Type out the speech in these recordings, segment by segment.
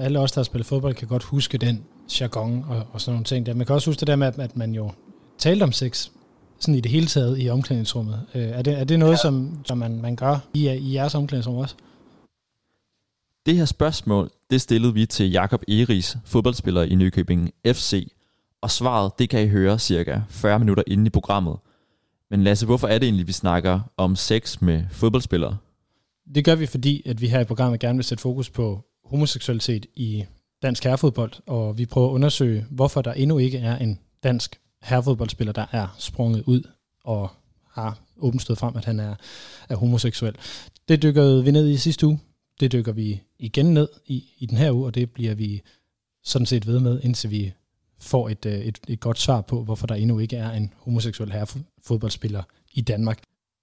Alle os, der har spillet fodbold, kan godt huske den jargon og sådan nogle ting der. Man kan også huske det der med, at man jo talte om sex sådan i det hele taget i omklædningsrummet. Er det noget, som man gør i jeres omklædningsrum også? Det her spørgsmål, det stillede vi til Jakob Eris, fodboldspiller i Nykøbing FC, og svaret, det kan I høre cirka 40 minutter inde i programmet. Men Lasse, hvorfor er det egentlig, vi snakker om sex med fodboldspillere? Det gør vi, fordi at vi her i programmet gerne vil sætte fokus på homoseksualitet i dansk herrefodbold, og vi prøver at undersøge, hvorfor der endnu ikke er en dansk herrefodboldspiller, der er sprunget ud og har åbent stået frem, at han er homoseksuel. Det dykkede vi ned i sidste uge. Det dykker vi igen ned i den her uge, og det bliver vi sådan set ved med, indtil vi får et godt svar på, hvorfor der endnu ikke er en homoseksuel herrefodboldspiller i Danmark.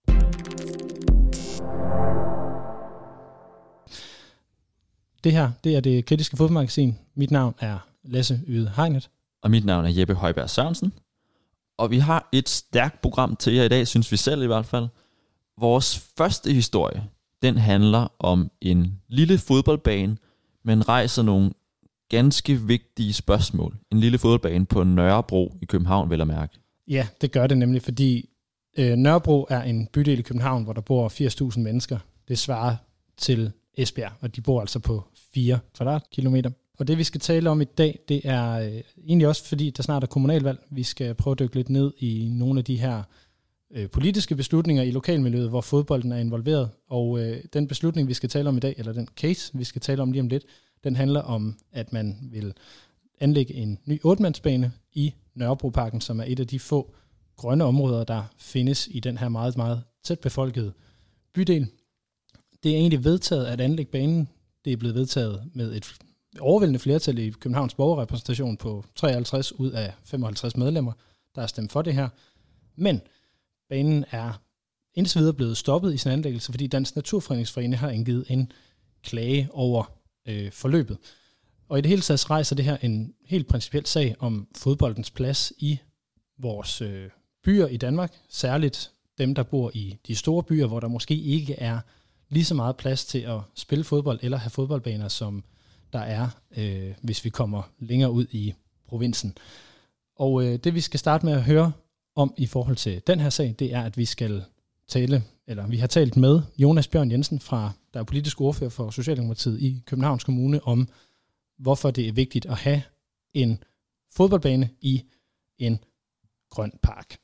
Det her, det er Det Kritiske Fodboldmagasin. Mit navn er Lasse Yde Hegnet. Og mit navn er Jeppe Højberg Sørensen. Og vi har et stærkt program til jer i dag, synes vi selv i hvert fald. Vores første historie, den handler om en lille fodboldbane, men rejser nogle ganske vigtige spørgsmål. En lille fodboldbane på Nørrebro i København, vel at mærke. Ja, det gør det nemlig, fordi Nørrebro er en bydel i København, hvor der bor 80.000 mennesker. Det svarer til Esbjerg, og de bor altså på 4 kvadratkilometer. Og det vi skal tale om i dag, det er egentlig også fordi, der snart er kommunalvalg. Vi skal prøve at dykke lidt ned i nogle af de her politiske beslutninger i lokalmiljøet, hvor fodbolden er involveret. Og den beslutning, vi skal tale om i dag, eller den case, vi skal tale om lige om lidt, den handler om, at man vil anlægge en ny 8-mandsbane i Nørrebroparken, som er et af de få grønne områder, der findes i den her meget, meget tæt befolkede bydel. Det er egentlig vedtaget at anlægge banen. Det er blevet vedtaget med et overvældende flertal i Københavns borgerrepræsentation på 53 ud af 55 medlemmer, der har stemt for det her. Men banen er indtil videre blevet stoppet i sin anlæggelse, fordi Dansk Naturfredningsforening har indgivet en klage over forløbet. Og i det hele taget rejser det her en helt principiel sag om fodboldens plads i vores byer i Danmark, særligt dem, der bor i de store byer, hvor der måske ikke er lige så meget plads til at spille fodbold eller have fodboldbaner, som der er, hvis vi kommer længere ud i provinsen. Og det vi skal starte med at høre om i forhold til den her sag, det er, at vi har talt med Jonas Bjørn Jensen, der er politisk ordfører for Socialdemokratiet i Københavns Kommune, om hvorfor det er vigtigt at have en fodboldbane i en grøn park.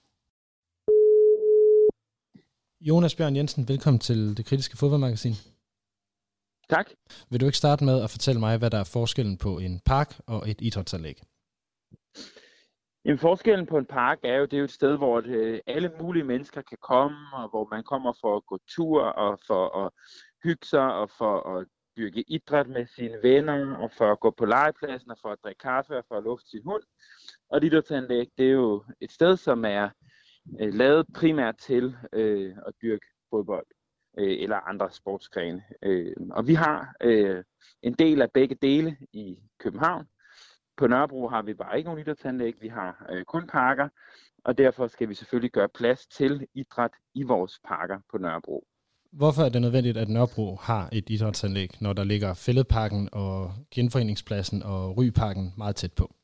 Jonas Bjørn Jensen, velkommen til Det Kritiske Fodboldmagasin. Tak. Vil du ikke starte med at fortælle mig, hvad der er forskellen på en park og et idrætsanlæg? Jamen, forskellen på en park er jo, det er jo et sted, hvor alle mulige mennesker kan komme, og hvor man kommer for at gå tur, og for at hygge sig, og for at dyrke idræt med sine venner, og for at gå på legepladsen, og for at drikke kaffe, og for at lufte sin hund. Og et idrætsanlæg, det er jo et sted, som er lavet primært til at dyrke fodbold eller andre sportsgrene. Og vi har en del af begge dele i København. På Nørrebro har vi bare ikke nogen idrætsanlæg, vi har kun parker, og derfor skal vi selvfølgelig gøre plads til idræt i vores parker på Nørrebro. Hvorfor er det nødvendigt, at Nørrebro har et idrætsanlæg, når der ligger Fælledparken og Genforeningspladsen og Ryparken meget tæt på?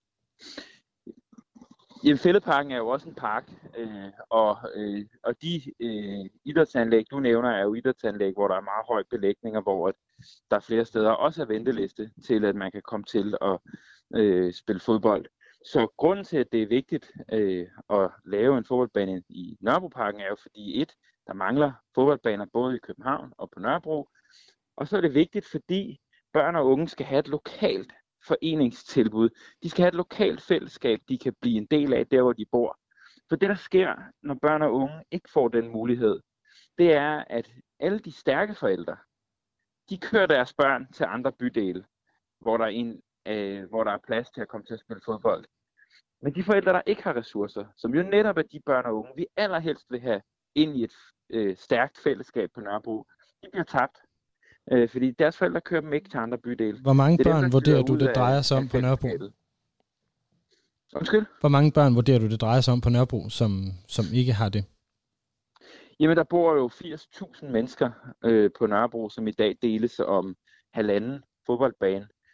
Jamen, Fælledparken er jo også en park, og de idrætsanlæg, du nævner, er jo idrætsanlæg, hvor der er meget høj belægning, og hvor der flere steder også er venteliste til, at man kan komme til at spille fodbold. Så grunden til, at det er vigtigt at lave en fodboldbane i Nørrebroparken, er jo fordi der mangler fodboldbaner både i København og på Nørrebro. Og så er det vigtigt, fordi børn og unge skal have et lokalt foreningstilbud. De skal have et lokalt fællesskab, de kan blive en del af der, hvor de bor. For det, der sker, når børn og unge ikke får den mulighed, det er, at alle de stærke forældre, de kører deres børn til andre bydele, hvor der er plads til at komme til at spille fodbold. Men de forældre, der ikke har ressourcer, som jo netop er de børn og unge, vi allerhelst vil have ind i et stærkt fællesskab på Nørrebro, de bliver tabt. Fordi deres forældre kører dem ikke til andre bydele. Hvor mange børn vurderer du, det drejer sig om på Nørrebro? Undskyld? Hvor mange børn vurderer du, det drejer sig om på Nørrebro, som ikke har det? Jamen, der bor jo 80.000 mennesker på Nørrebro, som i dag deles om halvanden fodboldbane.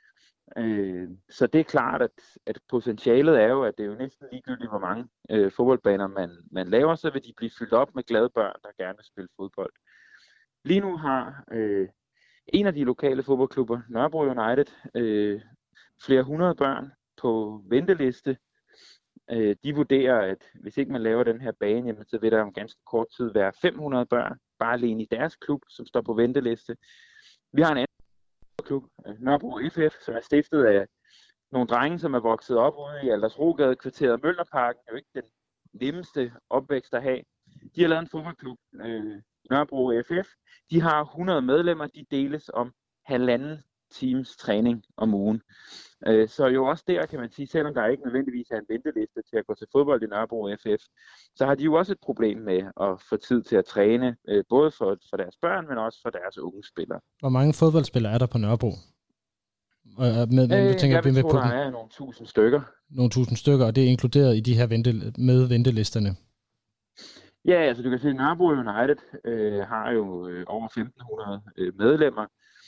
Så det er klart, at potentialet er jo, at det er jo næsten ligegyldigt, hvor mange fodboldbaner man laver, så vil de blive fyldt op med glade børn, der gerne vil spille fodbold. Lige nu har en af de lokale fodboldklubber, Nørrebro United, flere hundrede børn på venteliste. De vurderer, at hvis ikke man laver den her bane, jamen, så vil der om ganske kort tid være 500 børn, bare alene i deres klub, som står på venteliste. Vi har en anden klub, Nørrebro FF, som er stiftet af nogle drenge, som er vokset op ude i Aldersrogade, kvarteret Møllerparken. Det er jo ikke den nemmeste opvækst at have. De har lavet en fodboldklub, Nørrebro FF. De har 100 medlemmer, de deles om 1,5 times træning om ugen. Så jo også der kan man sige, selvom der ikke nødvendigvis er en venteliste til at gå til fodbold i Nørrebro FF, så har de jo også et problem med at få tid til at træne, både for deres børn, men også for deres unge spillere. Hvor mange fodboldspillere er der på Nørrebro? Jeg vil tro, der er nogle 1000 stykker. Nogle 1000 stykker, og det er inkluderet i de her ventelisterne? Ja, altså du kan se, at Nørrebro United har jo over 1500 medlemmer.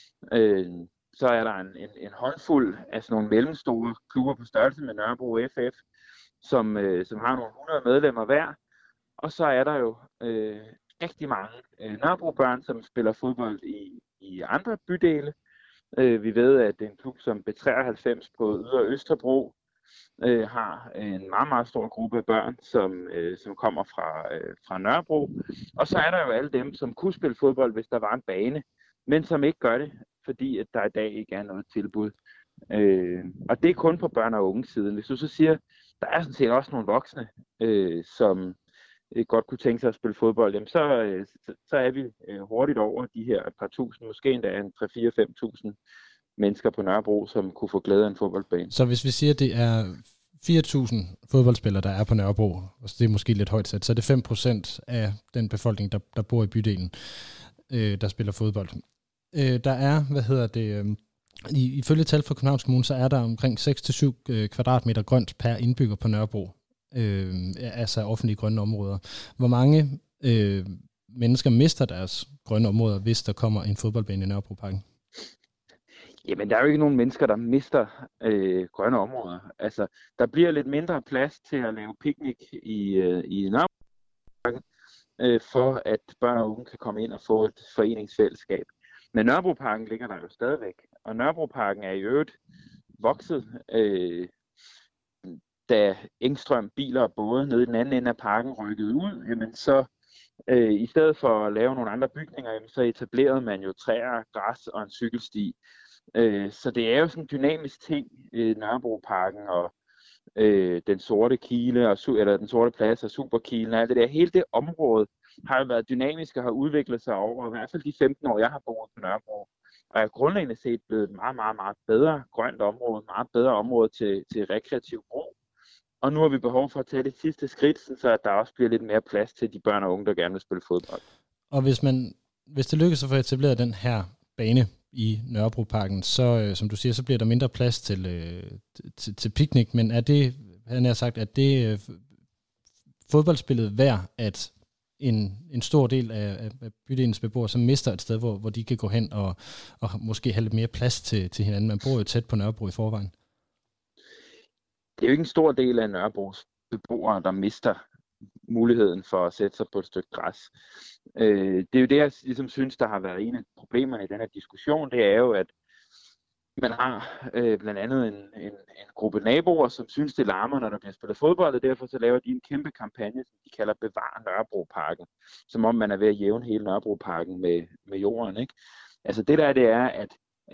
Så er der en håndfuld af sådan nogle mellemstore klubber på størrelse med Nørrebro FF, som har nogle 100 medlemmer hver. Og så er der jo rigtig mange Nørrebro-børn, som spiller fodbold i andre bydele. Vi ved, at en klub som B93 på Ydre Østerbro har en meget, meget stor gruppe af børn, som kommer fra Nørrebro. Og så er der jo alle dem, som kunne spille fodbold, hvis der var en bane, men som ikke gør det, fordi at der i dag ikke er noget tilbud. Og det er kun på børn- og unge siden. Hvis du så siger, der er sådan set også nogle voksne, som godt kunne tænke sig at spille fodbold, jamen så er vi hurtigt over de her par tusind, måske endda en 3-4-5.000 mennesker på Nørrebro, som kunne få glæde af en fodboldbane. Så hvis vi siger, at det er 4.000 fodboldspillere, der er på Nørrebro, og det er måske lidt højt sat, så er det 5% af den befolkning, der bor i bydelen, der spiller fodbold. Der er, ifølge tal fra Københavns Kommune, så er der omkring 6-7 kvadratmeter grønt per indbygger på Nørrebro, altså offentlige grønne områder. Hvor mange mennesker mister deres grønne områder, hvis der kommer en fodboldbane i Nørrebroparken? Jamen, der er jo ikke nogen mennesker, der mister grønne områder. Altså, der bliver lidt mindre plads til at lave piknik i Nørrebroparken, for at børn og unge kan komme ind og få et foreningsfællesskab. Men Nørrebroparken ligger der jo stadigvæk, og Nørrebroparken er i øvrigt vokset, da Engstrøm biler og både nede i den anden ende af parken rykkede ud, jamen så i stedet for at lave nogle andre bygninger, jamen, så etablerede man jo træer, græs og en cykelsti. Så det er jo sådan en dynamisk ting, Nørrebroparken og den sorte kile, eller den sorte plads og Superkilen og alt det der. Hele det område har jo været dynamisk og har udviklet sig over i hvert fald de 15 år, jeg har boet på Nørrebro. Og er grundlæggende set blevet et meget, meget, meget bedre grønt område, meget bedre område til rekreativ brug. Og nu har vi behov for at tage det sidste skridt, så at der også bliver lidt mere plads til de børn og unge, der gerne vil spille fodbold. Og hvis det lykkes at få etableret den her bane i Nørrebroparken, så som du siger, så bliver der mindre plads til piknik, men er det, han har sagt, at det fodboldspillet værd, at en stor del af bydelens beboere, som mister et sted, hvor de kan gå hen og måske have lidt mere plads til hinanden. Man bor jo tæt på Nørrebro i forvejen. Det er jo ikke en stor del af Nørrebros beboere, der mister muligheden for at sætte sig på et stykke græs. Det er jo det, jeg ligesom synes, der har været en af problemerne i den her diskussion. Det er jo, at man har blandt andet en gruppe naboer, som synes, det larmer, når der bliver spillet fodbold, og derfor så laver de en kæmpe kampagne, som de kalder Bevar Nørrebroparken, som om man er ved at jævne hele Nørrebroparken med jorden, ikke? Altså det er, at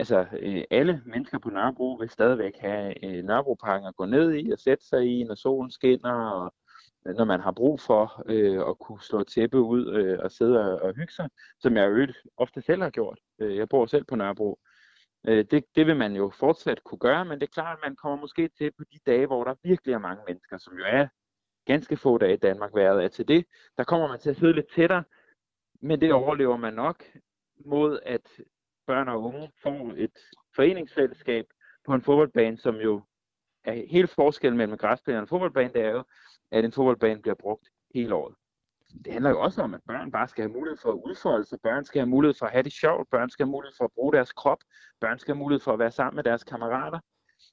alle mennesker på Nørrebro vil stadigvæk have Nørrebroparken at gå ned i og sætte sig i, når solen skinner, og når man har brug for at kunne slå et tæppe ud og sidde og hygge sig, som jeg jo ofte selv har gjort. Jeg bor selv på Nørrebro. Det vil man jo fortsat kunne gøre, men det er klart, at man kommer måske til på de dage, hvor der virkelig er mange mennesker, som jo er ganske få dage i Danmark været af til det. Der kommer man til at sidde lidt tættere, men det overlever man nok mod, at børn og unge får et foreningsfællesskab på en fodboldbane, som jo er helt forskel mellem græsplæne og en fodboldbane, det er jo, at en fodboldbane bliver brugt hele året. Det handler jo også om, at børn bare skal have mulighed for at udfolde sig, børn skal have mulighed for at have det sjovt, børn skal have mulighed for at bruge deres krop, børn skal have mulighed for at være sammen med deres kammerater.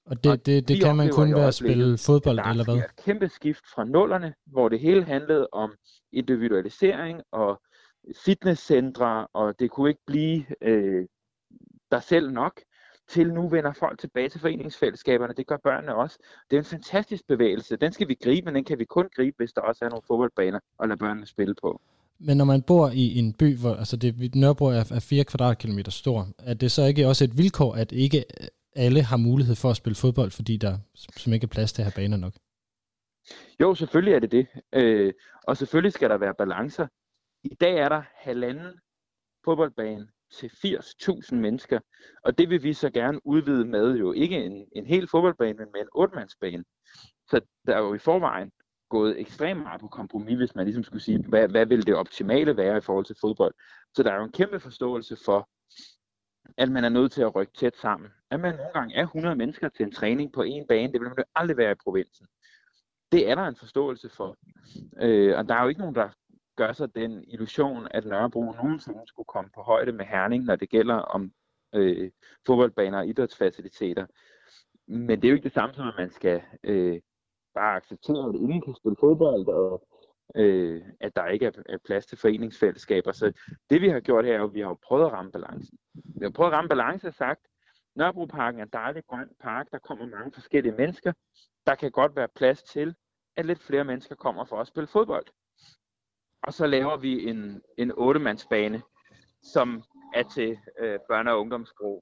Og det kan man kun ved at spille fodbold, eller hvad? Der er et kæmpe skift fra nullerne, hvor det hele handlede om individualisering og fitnesscentre, og det kunne ikke blive dig selv nok, til nu vender folk tilbage til foreningsfællesskaberne. Det gør børnene også. Det er en fantastisk bevægelse. Den skal vi gribe, men den kan vi kun gribe, hvis der også er nogle fodboldbaner at lade børnene spille på. Men når man bor i en by, hvor altså Nørrebro er 4 kvadratkilometer stor, er det så ikke også et vilkår, at ikke alle har mulighed for at spille fodbold, fordi der som ikke er plads til at have baner nok? Jo, selvfølgelig er det det. Og selvfølgelig skal der være balancer. I dag er der 1,5 fodboldbane til 80.000 mennesker, og det vil vi så gerne udvide med jo ikke en hel fodboldbane, men med en 8-mandsbane. Så der er jo i forvejen gået ekstremt meget på kompromis, hvis man ligesom skulle sige, hvad vil det optimale være i forhold til fodbold. Så der er jo en kæmpe forståelse for, at man er nødt til at rykke tæt sammen. At man nogle gange er 100 mennesker til en træning på en bane, det vil man jo aldrig være i provinsen. Det er der en forståelse for. Og der er jo ikke nogen, der gør sig den illusion, at Nørrebro nogensinde skulle komme på højde med Herning, når det gælder om fodboldbaner og idrætsfaciliteter. Men det er jo ikke det samme som, at man skal bare acceptere, at ingen kan spille fodbold, og at der ikke er plads til foreningsfællesskaber. Så det vi har gjort her, er jo, at vi har prøvet at ramme balancen. Vi har prøvet at ramme balancen og sagt, Nørrebroparken er en dejlig grøn park, der kommer mange forskellige mennesker. Der kan godt være plads til, at lidt flere mennesker kommer for at spille fodbold. Og så laver vi en 8-mandsbane, som er til børne- og ungdomsbrug.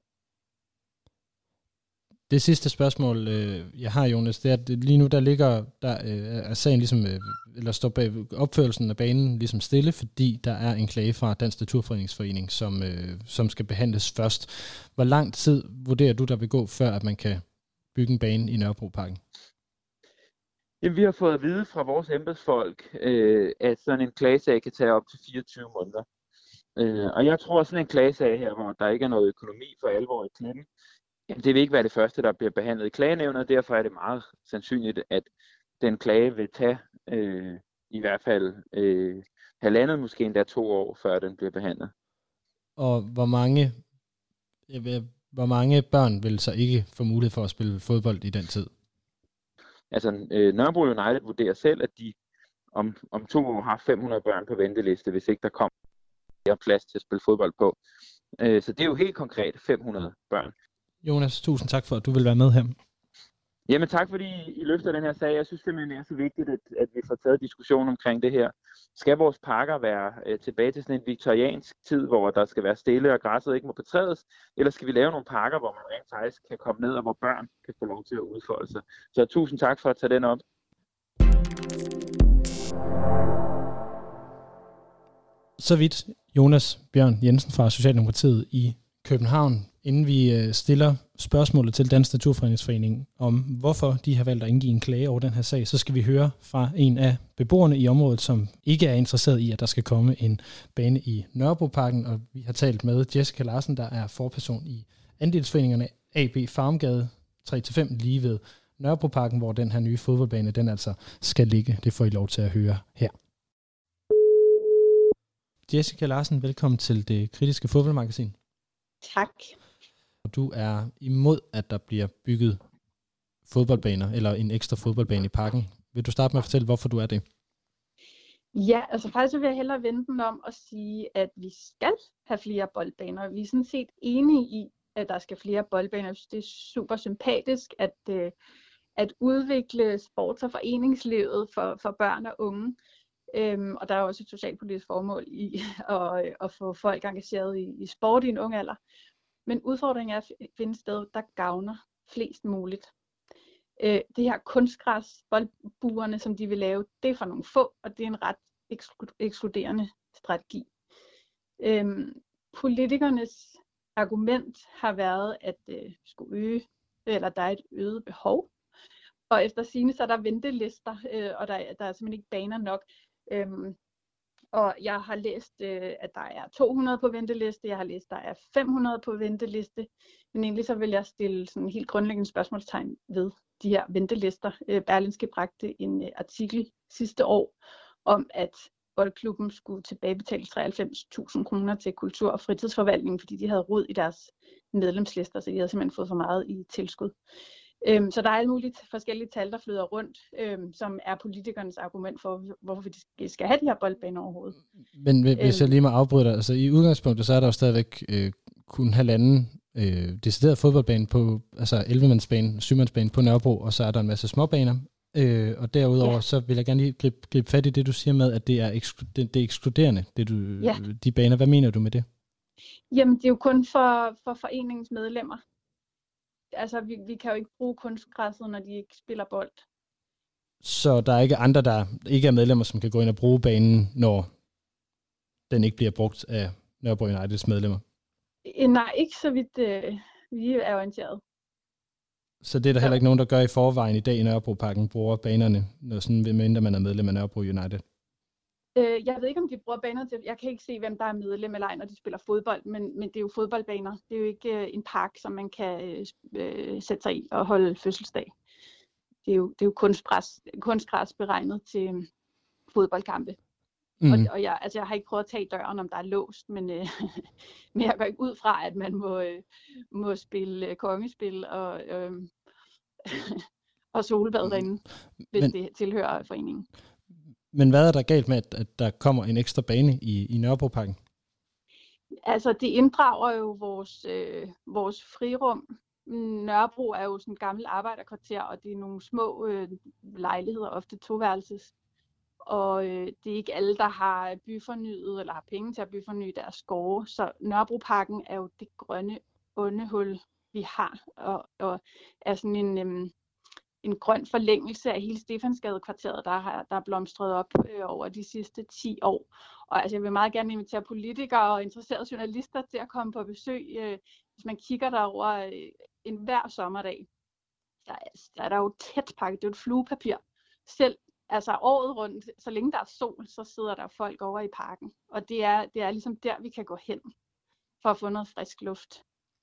Det sidste spørgsmål, jeg har, Jonas, det er, at lige nu der er sagen ligesom, eller står bag opførelsen af banen ligesom stille, fordi der er en klage fra Dansk Naturfredningsforening, som skal behandles først. Hvor lang tid vurderer du, der vil gå, før at man kan bygge en bane i Nørrebroparken? Jamen, vi har fået at vide fra vores embedsfolk, at sådan en klagesag kan tage op til 24 måneder. Og jeg tror, at sådan en klagesag her, hvor der ikke er noget økonomi for alvor i klemme, det vil ikke være det første, der bliver behandlet i klagenævnet, og derfor er det meget sandsynligt, at den klage vil tage i hvert fald 1,5, måske endda 2 år, før den bliver behandlet. Og hvor mange børn vil så ikke få mulighed for at spille fodbold i den tid? Altså, Nørrebro United vurderer selv, at de om 2 år har 500 børn på venteliste, hvis ikke der kommer plads til at spille fodbold på. Så det er jo helt konkret 500 børn. Jonas, tusind tak for, at du vil være med her. Jamen tak, fordi I løfter den her sag. Jeg synes simpelthen, det er så vigtigt, at vi får taget diskussion omkring det her. Skal vores parker være tilbage til sådan en viktoriansk tid, hvor der skal være stille og græsset ikke må betrædes? Eller skal vi lave nogle parker, hvor man rent faktisk kan komme ned, og hvor børn kan få lov til at udfolde sig? Så tusind tak for at tage den op. Så vidt Jonas Bjørn Jensen fra Socialdemokratiet i København. Inden vi stiller spørgsmålet til Dansk Naturfredningsforening om, hvorfor de har valgt at indgive en klage over den her sag, så skal vi høre fra en af beboerne i området, som ikke er interesseret i, at der skal komme en bane i Nørrebroparken. Og vi har talt med Jessica Larsen, der er forperson i andelsforeningerne AB Farmgade 3-5 lige ved Nørrebroparken, hvor den her nye fodboldbane, den altså skal ligge. Det får I lov til at høre her. Jessica Larsen, velkommen til Det Kritiske Fodboldmagasin. Tak. Du er imod, at der bliver bygget fodboldbaner, eller en ekstra fodboldbane i parken. Vil du starte med at fortælle, hvorfor du er det? Ja, altså faktisk vil jeg hellere vende den om og sige, at vi skal have flere boldbaner. Vi er sådan set enige i, at der skal flere boldbaner. Jeg synes, det er super sympatisk at udvikle sports- og foreningslivet for børn og unge. Og der er også et socialpolitisk formål i at få folk engageret i sport i en ung alder. Men udfordringen er at finde et sted, der gavner flest muligt. Det her kunstgræs, boldbuerne, som de vil lave, det er for nogle få, og det er en ret ekskluderende strategi. Politikernes argument har været, at der er et øget behov. Og efter sigende, så er der ventelister, og der er simpelthen ikke baner nok. Og jeg har læst, at der er 200 på venteliste, jeg har læst, at der er 500 på venteliste, men egentlig så vil jeg stille sådan helt grundlæggende spørgsmålstegn ved de her ventelister. Berlingske bragte en artikel sidste år om, at boldklubben skulle tilbagebetale 93.000 kroner til kultur- og fritidsforvaltningen, fordi de havde rod i deres medlemslister, så de havde simpelthen fået for meget i tilskud. Så der er alle mulige forskellige tal, der flyder rundt, som er politikernes argument for, hvorfor vi skal have de her boldbaner overhovedet. Men hvis jeg lige må afbryde dig, altså i udgangspunktet, så er der jo stadigvæk kun halvanden decideret fodboldbane på, altså 11-mandsbane, 7-mandsbane på Nørrebro, og så er der en masse småbaner. Og derudover, så vil jeg gerne lige gribe fat i det, du siger med, at det er det ekskluderende, de baner. Hvad mener du med det? Jamen, det er jo kun for foreningens medlemmer. Altså, vi kan jo ikke bruge kunstgræsset, når de ikke spiller bold. Så der er ikke andre, der ikke er medlemmer, som kan gå ind og bruge banen, når den ikke bliver brugt af Nørrebro Uniteds medlemmer? Nej, ikke så vidt vi er orienteret. Så det er der heller ikke nogen, der gør i forvejen i dag i Nørrebroparken, bruger banerne, når sådan, mindre man er medlem af Nørrebro United? Jeg ved ikke, om de bruger baner til. Jeg kan ikke se, hvem der er medlem eller ej, når de spiller fodbold, men det er jo fodboldbaner. Det er jo ikke en park, som man kan sætte sig i og holde fødselsdag. Det er jo kunstgræs beregnet til fodboldkampe. Og jeg har ikke prøvet at tage døren, om der er låst, men jeg går ikke ud fra, at man må spille kongespil og solbad derinde, hvis det tilhører foreningen. Men hvad er der galt med, at der kommer en ekstra bane i Nørrebroparken? Altså, det inddrager jo vores frirum. Nørrebro er jo sådan et gammelt arbejderkvarter, og det er nogle små lejligheder, ofte toværelses. Og det er ikke alle, der har byfornyet eller har penge til at byforny deres skove. Så Nørrebroparken er jo det grønne åndehul, vi har, og er sådan en grøn forlængelse af hele Stefansgadekvarteret, der er blomstret op over de sidste 10 år. Og altså, jeg vil meget gerne invitere politikere og interesserede journalister til at komme på besøg. Hvis man kigger derover en hver sommerdag, der er der jo tæt pakket. Det er jo et fluepapir. Selv altså året rundt, så længe der er sol, så sidder der folk over i parken. Og det er ligesom der, vi kan gå hen for at få noget frisk luft.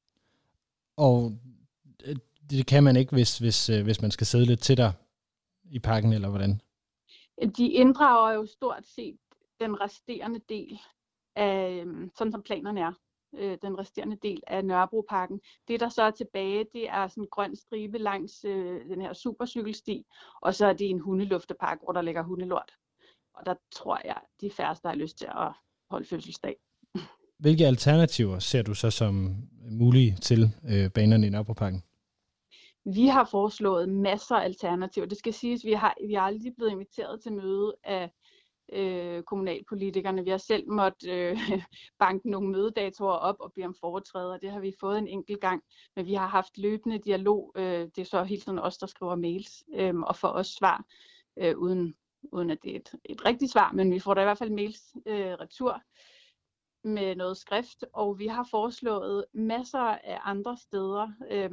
Og det kan man ikke, hvis man skal sidde lidt tættere i parken, eller hvordan? De inddrager jo stort set den resterende del af, sådan som planerne er, den resterende del af Nørrebroparken. Det, der så er tilbage, det er sådan en grøn stribe langs den her supercykelsti, og så er det en hundeluftepark, hvor der ligger hundelort. Og der tror jeg, de færreste har lyst til at holde fødselsdag. Hvilke alternativer ser du så som mulige til banerne i Nørrebroparken? Vi har foreslået masser af alternativer. Det skal siges, vi er aldrig blevet inviteret til møde af kommunalpolitikerne. Vi har selv måttet banke nogle mødedatoer op og bede om foretræder. Det har vi fået en enkelt gang, men vi har haft løbende dialog. Det er så hele tiden os, der skriver mails og får os svar, uden at det er et rigtigt svar, men vi får da i hvert fald mails retur med noget skrift, og vi har foreslået masser af andre steder,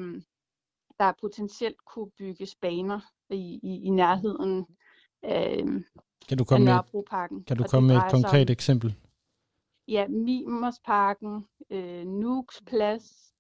der potentielt kunne bygges baner i nærheden af Nørrebroparken. Kan du komme med et konkret eksempel? Ja, Mimersparken, Nuuks Plads,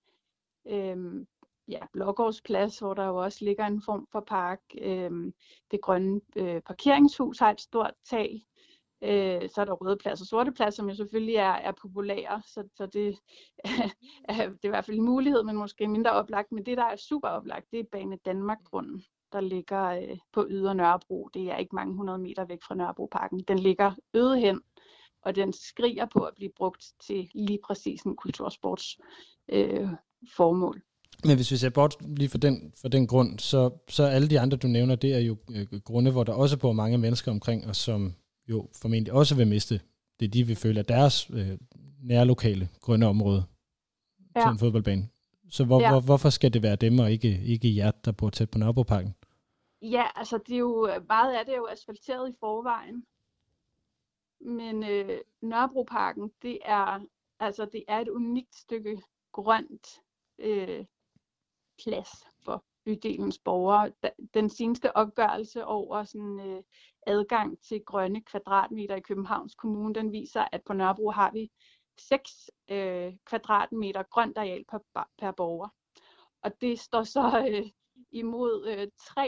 Blågårdsplads, hvor der jo også ligger en form for park. Det grønne parkeringshus har et stort tag. Så er der Røde Plads og Sorte Plads, som jo selvfølgelig er populære, så det er i hvert fald en mulighed, men måske mindre oplagt. Men det, der er super oplagt, det er Bane Danmark-grunden, der ligger på Ydre Nørrebro. Det er ikke mange 100 meter væk fra Nørrebroparken. Den ligger øde hen, og den skriger på at blive brugt til lige præcis en kultursportsformål. Men hvis vi ser bort lige for den grund, så alle de andre, du nævner, det er jo grunde, hvor der også bor mange mennesker omkring, og som jo formentlig også vil miste det, de vil føle af deres nærlokale grønne område til en fodboldbane. Så hvorfor skal det være dem, og ikke jer, der bor tæt på Nørrebroparken? Ja, altså det er jo, meget af det er jo asfalteret i forvejen. Men Nørrebroparken, det er et unikt stykke grønt plads for bydelens borgere. Den seneste opgørelse over sådan, adgang til grønne kvadratmeter i Københavns Kommune, den viser, at på Nørrebro har vi 6 kvadratmeter grønt areal per borger. Og det står så imod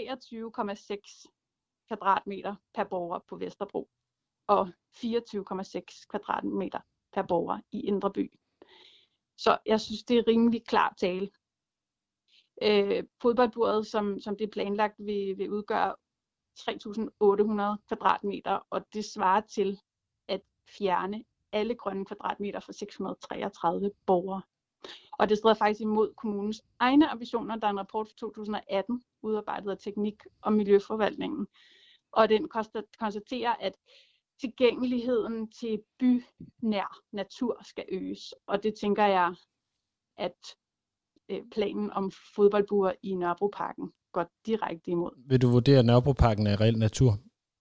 23,6 kvadratmeter per borger på Vesterbro og 24,6 kvadratmeter per borger i Indre By. Så jeg synes, det er rimelig klar tale. Fodboldburet, som det er planlagt, vil udgøre 3.800 kvadratmeter, og det svarer til at fjerne alle grønne kvadratmeter fra 633 borgere. Og det strider faktisk imod kommunens egne ambitioner. Der er en rapport fra 2018, udarbejdet af Teknik- og Miljøforvaltningen, og den konstaterer, at tilgængeligheden til bynær natur skal øges. Og det tænker jeg, at planen om fodboldbuer i Nørrebroparken går direkte imod. Vil du vurdere, at Nørrebroparken er reel natur?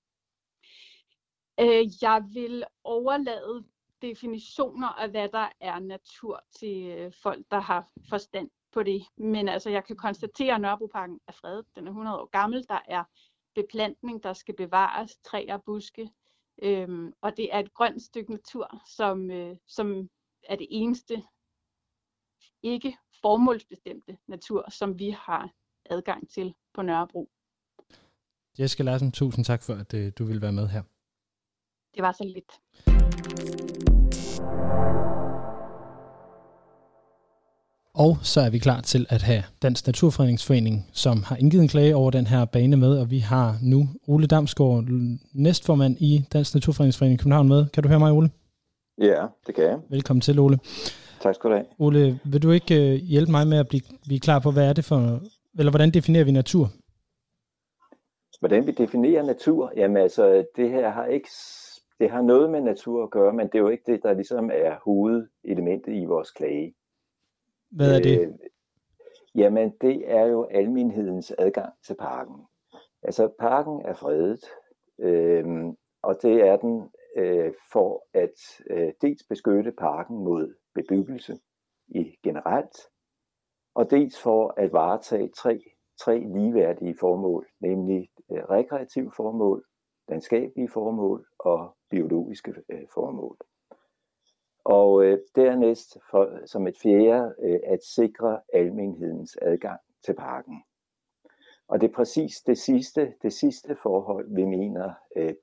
Jeg vil overlade definitioner af, hvad der er natur til folk, der har forstand på det. Men altså, jeg kan konstatere, at Nørrebroparken er fredet. Den er 100 år gammel. Der er beplantning, der skal bevares, træer og buske. Og det er et grønt stykke natur, som er det eneste ikke formålsbestemte natur, som vi har adgang til på Nørrebro. Jessica Larsen, tusind tak for, at du ville være med her. Det var så lidt. Og så er vi klar til at have Dansk Naturfredningsforening, som har indgivet en klage over den her bane med, og vi har nu Ole Damsgaard, næstformand i Dansk Naturfredningsforening i København med. Kan du høre mig, Ole? Ja, det kan jeg. Velkommen til, Ole. Tak skal du have. Ole, vil du ikke hjælpe mig med at blive klar på, hvad er det for, eller hvordan definerer vi natur? Hvordan vi definerer natur? Jamen altså, det her har noget med natur at gøre, men det er jo ikke det, der ligesom er hovedelementet i vores klage. Hvad er det? Jamen, det er jo almenhedens adgang til parken. Altså, parken er fredet, og det er den for at dels beskytte parken mod bebyggelse generelt, og dels for at varetage tre ligeværdige formål, nemlig rekreative formål, landskabelige formål og biologiske formål. Og dernæst som et fjerde at sikre almenhedens adgang til parken. Og det er præcis det sidste forhold, vi mener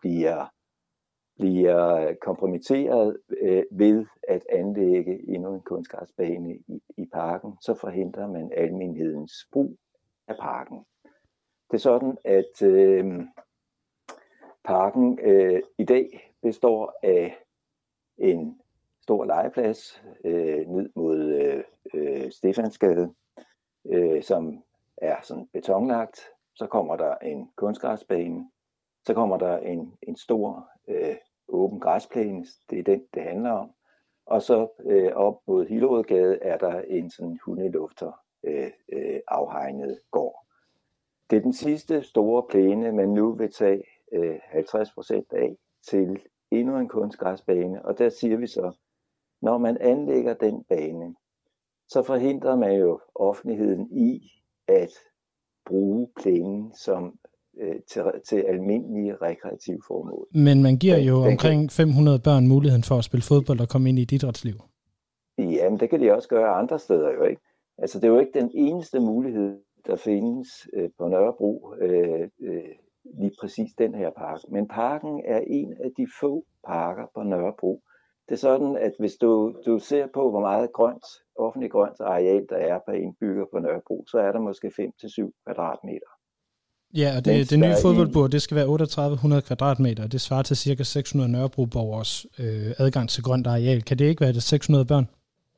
bliver kompromitteret ved at anlægge endnu en kunstgræsbane i parken, så forhindrer man almenhedens brug af parken. Det er sådan, at parken i dag består af en stor legeplads ned mod Stefansgade, som er sådan betonlagt. Så kommer der en kunstgræsbane, så kommer der en stor åben græsplæne, det er den, det handler om. Og så op mod Hillerødgade er der en sådan hundelufter afhegnet gård. Det er den sidste store plæne, man nu vil tage 50% af til endnu en kunstgræsbane. Og der siger vi så, når man anlægger den bane, så forhindrer man jo offentligheden i at bruge plænen som til almindelige rekreative formål. Men man giver jo omkring 500 børn muligheden for at spille fodbold og komme ind i et idrætsliv. Jamen, det kan de også gøre andre steder jo, ikke? Altså, det er jo ikke den eneste mulighed, der findes på Nørrebro, lige præcis den her park. Men parken er en af de få parker på Nørrebro. Det er sådan, at hvis du ser på, hvor meget offentligt grønt areal der er per indbygger på Nørrebro, så er der måske 5-7 kvadratmeter. Ja, og det nye fodboldbord, det skal være 3800 kvadratmeter, og det svarer til ca. 600 Nørrebro-borgers adgang til grønt areal. Kan det ikke være det 600 børn?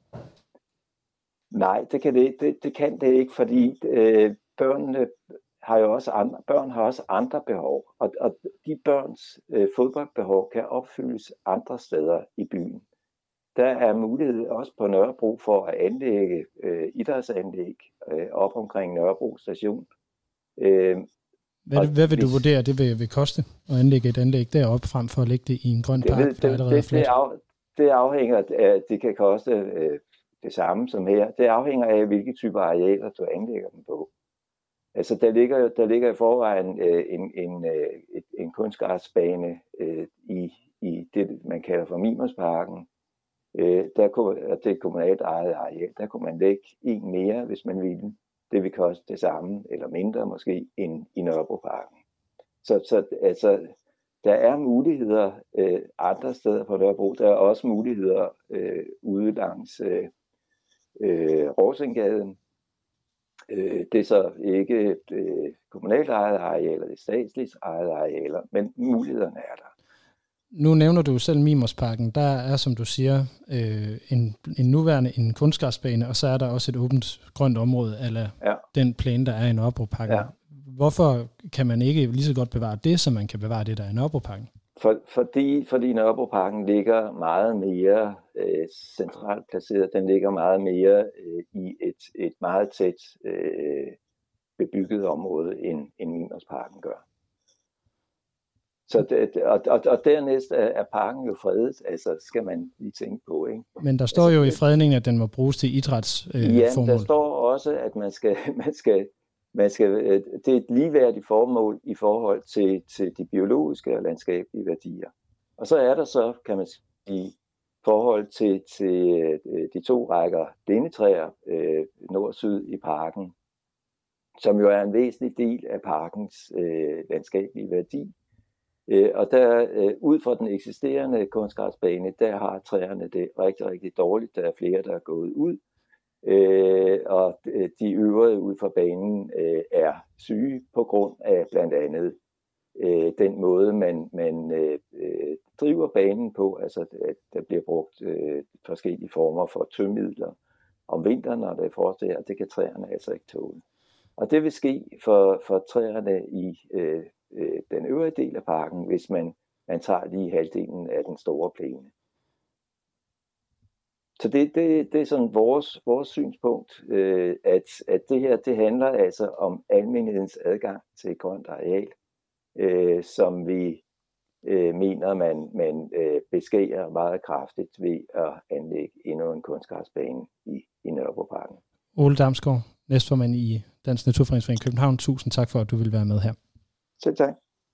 Nej, det kan det kan det ikke, fordi børn har også andre behov, og de børns fodboldbehov kan opfyldes andre steder i byen. Der er mulighed også på Nørrebro for at anlægge idrætsanlæg op omkring Nørrebro station. Hvad vil du vurdere, det vil koste at anlægge et anlæg deroppe, frem for at lægge det i en grøn park, der allerede er flat? Det afhænger af, det kan koste det samme som her. Det afhænger af, hvilke typer arealer du anlægger dem på. Altså, der ligger i forvejen en kunstgræsbane i det, man kalder for Mimersparken. Det er kommunalt ejet areal. Der kunne man lægge en mere, hvis man ville. Det vil koste det samme, eller mindre måske, end i Nørrebroparken. Så altså, der er muligheder andre steder på Nørrebro. Der er også muligheder ude langs Rosengade. Det er så ikke kommunalt ejede arealer, det er statsligt ejede arealer, men mulighederne er der. Nu nævner du selv Mimersparken. Der er, som du siger, en nuværende en kunstgræsbane, og så er der også et åbent grønt område, eller den plæne, der er i Nørrebroparken. Ja. Hvorfor kan man ikke lige så godt bevare det, som man kan bevare det, der er i Nørrebroparken? Fordi Nørrebroparken ligger meget mere centralt placeret. Den ligger meget mere i et meget tæt bebygget område, end Mimersparken gør. Så og dernæst er parken jo fredet, altså skal man lige tænke på, ikke? Men der står jo i fredningen, at den må bruges til idrætsformål. Ja, der står også, at man skal det er et ligeværdigt formål i forhold til de biologiske og landskabelige værdier. Og så er der så, kan man sige, forhold til de 2 rækker lindetræer nord og syd i parken, som jo er en væsentlig del af parkens landskabelige værdi. Og der ud fra den eksisterende kunstgræsbane, der har træerne det rigtig, rigtig dårligt. Der er flere, der er gået ud. Og de øvrige ud fra banen er syge på grund af blandt andet den måde, man driver banen på. Altså at der bliver brugt forskellige former for tømmidler om vinteren, når det er forårsvejr, og det kan træerne altså ikke tåle. Og det vil ske for træerne i den øvrige del af parken, hvis man tager lige halvdelen af den store plæne. Så det er sådan vores synspunkt, at det her, det handler altså om almenhedens adgang til grønt areal, som vi mener, man beskærer meget kraftigt ved at anlægge endnu en kunstgræsbane i Nørrebroparken. Ole Damsgaard, næstformand i Dansk Naturfredningsforening København. Tusind tak for, at du vil være med her. Selv tak.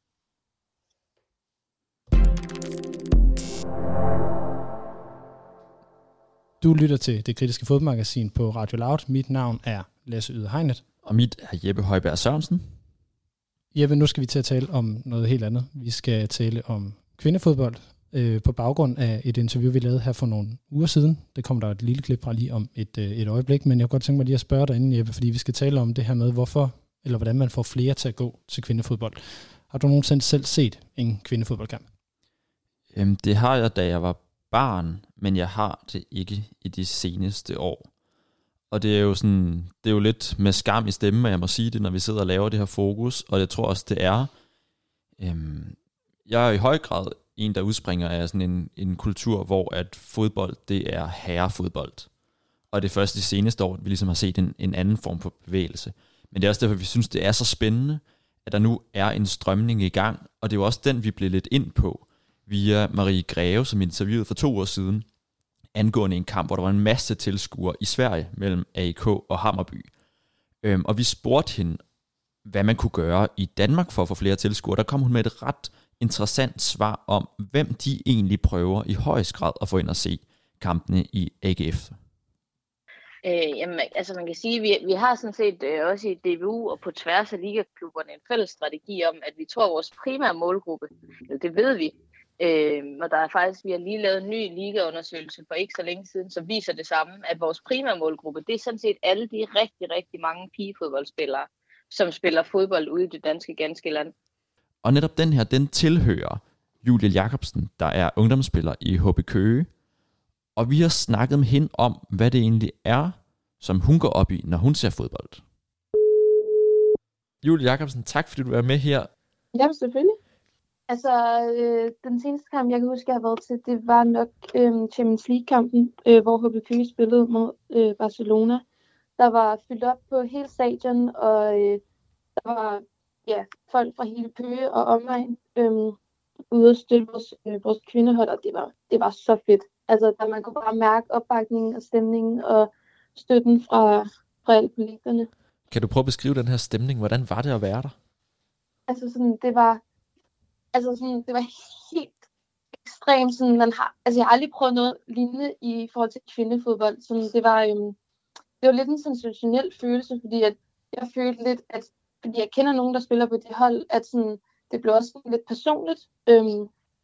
Du lytter til Det Kritiske Fodboldmagasin på Radio Loud. Mit navn er Lasse Yde Hegnet. Og mit er Jeppe Højberg Sørensen. Jeppe, nu skal vi til at tale om noget helt andet. Vi skal tale om kvindefodbold på baggrund af et interview, vi lavede her for nogle uger siden. Det kommer der et lille klip fra lige om et øjeblik, men jeg kunne godt tænke mig lige at spørge dig inden, Jeppe, fordi vi skal tale om det her med, hvorfor eller hvordan man får flere til at gå til kvindefodbold. Har du nogensinde selv set en kvindefodboldkamp? Det har jeg, da jeg var barn, men jeg har det ikke i de seneste år. Og det er jo lidt med skam i stemmen, at jeg må sige det, når vi sidder og laver det her fokus, og jeg tror også, det er. Jeg er i høj grad en, der udspringer af sådan en kultur, hvor at fodbold, det er herrefodbold. Og det er først de seneste år, vi ligesom har set en anden form for bevægelse. Men det er også derfor, vi synes, det er så spændende, at der nu er en strømning i gang, og det er jo også den, vi blev lidt ind på via Marie Greve, som interviewede for 2 år siden, angående en kamp, hvor der var en masse tilskuere i Sverige mellem AIK og Hammarby. Og vi spurgte hende, hvad man kunne gøre i Danmark for at få flere tilskuere. Der kom hun med et ret interessant svar om, hvem de egentlig prøver i højest grad at få ind og se kampene i AGF. Jamen, altså man kan sige, vi har sådan set også i DBU og på tværs af ligaklubberne en fælles strategi om, at vi tror, at vores primære målgruppe, det ved vi, og der er faktisk, vi har lige lavet en ny ligaundersøgelse for ikke så længe siden, som viser det samme, at vores primære målgruppe, det er sådan set alle de rigtig, rigtig mange pigefodboldspillere, som spiller fodbold ude i det ganske land. Og netop den her, den tilhører Julie Jacobsen, der er ungdomsspiller i HB Køge. Og vi har snakket med hende om, hvad det egentlig er, som hun går op i, når hun ser fodbold. Julie Jacobsen, tak fordi du er med her. Ja, selvfølgelig. Altså, den seneste kamp, jeg kan huske, jeg har været til, det var nok Champions League-kampen, hvor HB Køge spillede mod Barcelona. Der var fyldt op på hele stadion, og der var folk fra hele Køge og omegn ude at støtte vores kvindehold, og det var så fedt. Altså, der man kunne bare mærke opbakningen og stemningen og støtten fra alle kollegerne. Kan du prøve at beskrive den her stemning? Hvordan var det at være der? Altså, det var helt ekstremt. Jeg har aldrig prøvet noget lignende i forhold til kvindefodbold. Det var lidt en sensationel følelse, fordi at jeg følte lidt, at fordi jeg kender nogen, der spiller på det hold, at det blev også lidt personligt.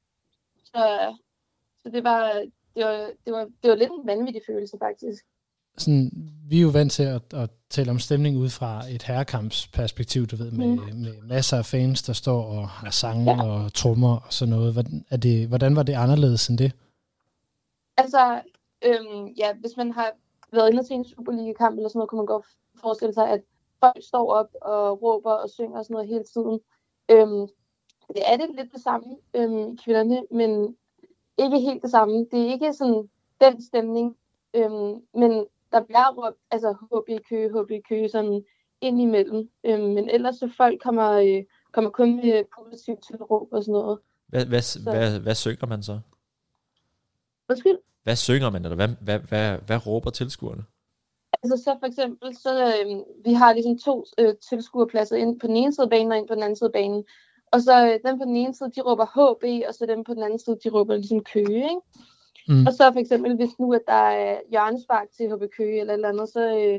Så det var lidt en vanvittig følelse, faktisk. vi er jo vant til at tale om stemning ud fra et herrekampsperspektiv, du ved, med masser af fans, der står og har sange og trommer og sådan noget. Hvordan var det anderledes end det? Altså, hvis man har været inde til en Superliga-kamp eller sådan noget, kunne man godt forestille sig, at folk står op og råber og synger og sådan noget hele tiden. Det er det lidt det samme i kvinderne, men ikke helt det samme. Det er ikke sådan den stemning, men der bliver råbt, altså HB Køge sådan ind imellem. Men ellers så folk kommer kun med positivt tilråb og sådan noget. Hvad synger man så? Undskyld? Hvad synger man, eller hvad råber tilskuerne? Altså så for eksempel, vi har ligesom 2 tilskuerpladser ind på den ene side af banen og ind på den anden side af banen. Og så dem på den ene side, de råber HB, og så dem på den anden side, de råber ligesom Køge, ikke? Og så for eksempel, hvis nu at der er hjørnespark til HB Køge eller et eller andet,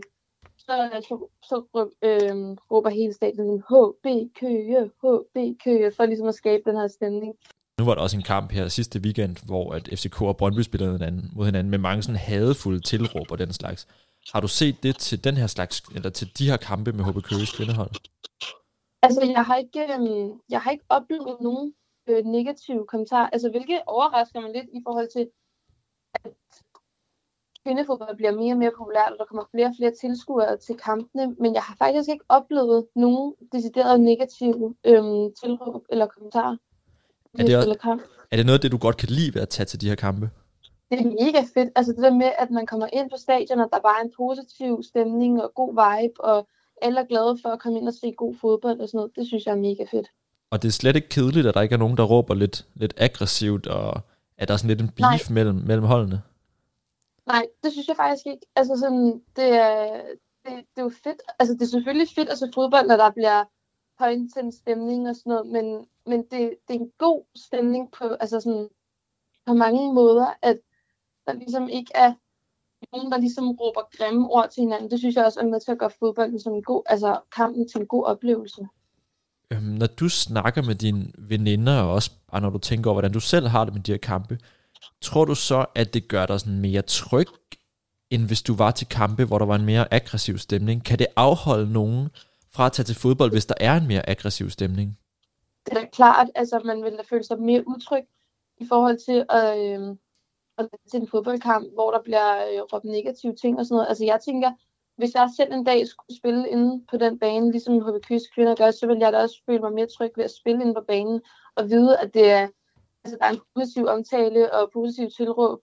så råber hele stadion HB Køge, for ligesom at skabe den her stemning. Nu var der også en kamp her sidste weekend, hvor at FCK og Brøndby spillede mod hinanden med mange sådan hadefulde tilråb og den slags. Har du set det til den her slags, eller til de her kampe med HB Køges kvindehold? Altså, jeg har ikke oplevet nogen negative kommentarer, altså hvilket overrasker mig lidt i forhold til, at kvindefodbold bliver mere og mere populært, og der kommer flere og flere tilskuere til kampene, men jeg har faktisk ikke oplevet nogen decideret negative tilråb eller kommentarer. Er det noget af det, du godt kan lide ved at tage til de her kampe? Det er mega fedt. Altså det der med, at man kommer ind på stadion, og der bare er en positiv stemning og god vibe, og alle er glade for at komme ind og se god fodbold og sådan noget. Det synes jeg er mega fedt. Og det er slet ikke kedeligt, at der ikke er nogen, der råber lidt aggressivt, og er der sådan lidt en beef mellem holdene? Nej, det synes jeg faktisk ikke. Altså sådan, det er jo fedt. Altså det er selvfølgelig fedt at se fodbold, når der bliver højintens stemning og sådan noget, men det er en god stemning på mange måder, at der ligesom ikke er nogen, der ligesom råber grimme ord til hinanden. Det synes jeg også er med til at gøre fodbolden som en god, altså kampen til en god oplevelse. Når du snakker med dine veninder, og også bare når du tænker over, hvordan du selv har det med de her kampe, tror du så, at det gør dig sådan mere tryg, end hvis du var til kampe, hvor der var en mere aggressiv stemning? Kan det afholde nogen fra at tage til fodbold, hvis der er en mere aggressiv stemning? Det er da klart, altså man vil da føle sig mere utryg i forhold til til en fodboldkamp, hvor der bliver råbt negative ting og sådan noget. Altså jeg tænker, hvis jeg selv en dag skulle spille inde på den bane, ligesom HB Køges kvinder gør, så vil jeg da også føle mig mere tryg ved at spille inde på banen, og vide, at det er, altså, der er en positiv omtale og positiv tilråb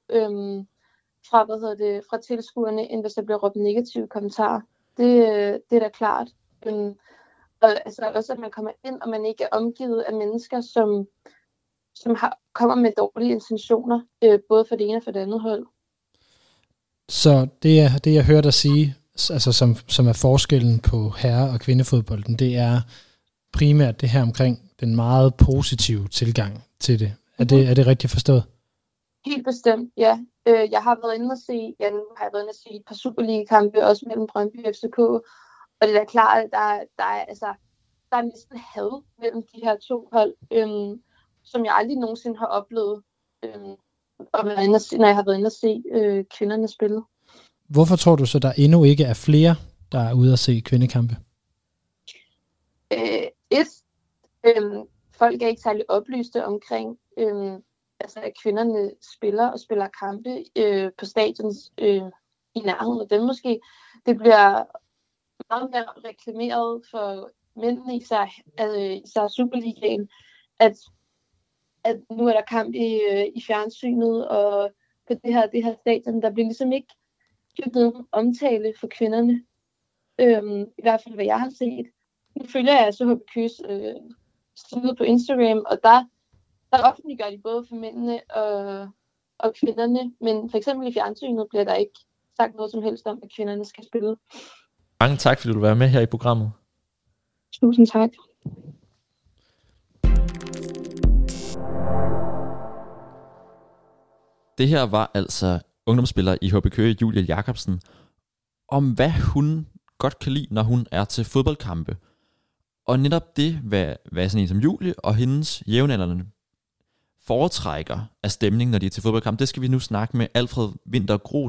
fra tilskuerne, end hvis der bliver råbt negative kommentarer. Det er da klart. Og altså også, at man kommer ind, og man ikke er omgivet af mennesker, som kommer med dårlige intentioner, både for det ene og for det andet hold. Så det jeg hørte dig sige, altså som er forskellen på herre- og kvindefodbolden, det er primært det her omkring den meget positive tilgang til det. Er det rigtigt forstået? Helt bestemt, ja. Jeg har været inde at se et par Superliga-kampe, også mellem Brøndby og FCK, og det er da klart, at der er næsten had mellem de her 2 hold, som jeg aldrig nogensinde har oplevet, når jeg har været inde at se kvinderne spille. Hvorfor tror du så, der endnu ikke er flere, der er ude at se kvindekampe? Folk er ikke særlig oplyste omkring, at kvinderne spiller kampe på stadions i nærheden af dem måske. Det bliver meget mere reklameret for mændene, især Superligaen, at nu er der kamp i fjernsynet, og på det her stadion, der bliver ligesom ikke givet omtale for kvinderne. I hvert fald, hvad jeg har set. Nu følger jeg så HB Køges side på Instagram, og der offentliggør de både for mændene og kvinderne, men for eksempel i fjernsynet bliver der ikke sagt noget som helst om, at kvinderne skal spille. Mange tak, fordi du var med her i programmet. Tusind tak. Det her var altså ungdomsspiller i HB Køge, Julia Jacobsen, om hvad hun godt kan lide, når hun er til fodboldkampe. Og netop det, hvad sådan en som Julie og hendes jævnaldrende foretrækker af stemning, når de er til fodboldkamp, det skal vi nu snakke med Alfred Winther Groth,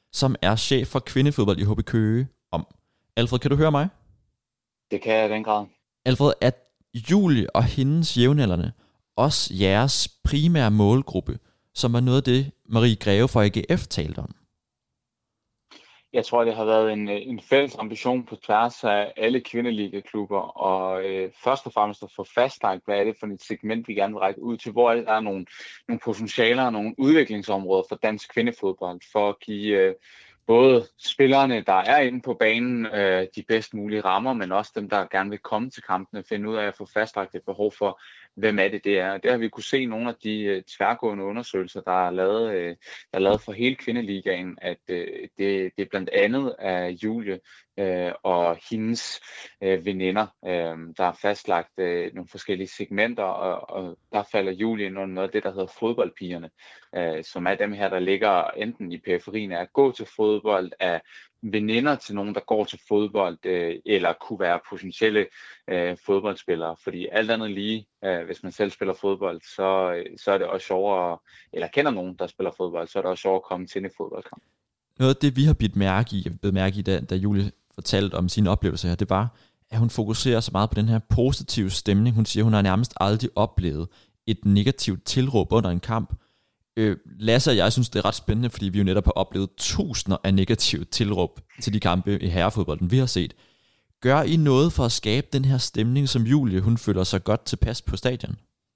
som er chef for kvindefodbold i HB Køge, om. Alfred, kan du høre mig? Det kan jeg i den grad. Alfred, er Julie og hendes jævnaldrende også jeres primære målgruppe, som var noget af det, Marie Greve fra AGF talte om? Jeg tror, det har været en fælles ambition på tværs af alle kvindeligaklubber, og først og fremmest at få fastlagt, hvad er det for et segment, vi gerne vil række ud til, hvor der er nogle potentialer og nogle udviklingsområder for dansk kvindefodbold, for at give både spillerne, der er inde på banen, de bedst mulige rammer, men også dem, der gerne vil komme til kampene, finde ud af at få fastlagt et behov for, hvem er det er. Det har vi kunne se nogle af de tværgående undersøgelser, der er lavet for hele kvindeligaen, at det blandt andet er Julie og hendes veninder, der har fastlagt nogle forskellige segmenter, og der falder Julie ind under noget af det, der hedder fodboldpigerne, som er dem her, der ligger enten i periferien af at gå til fodbold, af veninder til nogen, der går til fodbold, eller kunne være potentielle fodboldspillere. Fordi alt andet lige, hvis man selv spiller fodbold, så er det også sjovere, eller kender nogen, der spiller fodbold, så er det også sjovere at komme til en fodboldkamp. Noget af det, vi har bidt mærke i, da Julie fortalte om sine oplevelser her, det var, at hun fokuserer så meget på den her positive stemning. Hun siger, hun har nærmest aldrig oplevet et negativt tilråb under en kamp. Lasse og jeg synes, det er ret spændende, fordi vi jo netop har oplevet tusinder af negative tilråb til de kampe i herrefodbolden, vi har set. Gør I noget for at skabe den her stemning, som Julie, hun føler sig godt tilpas på stadion?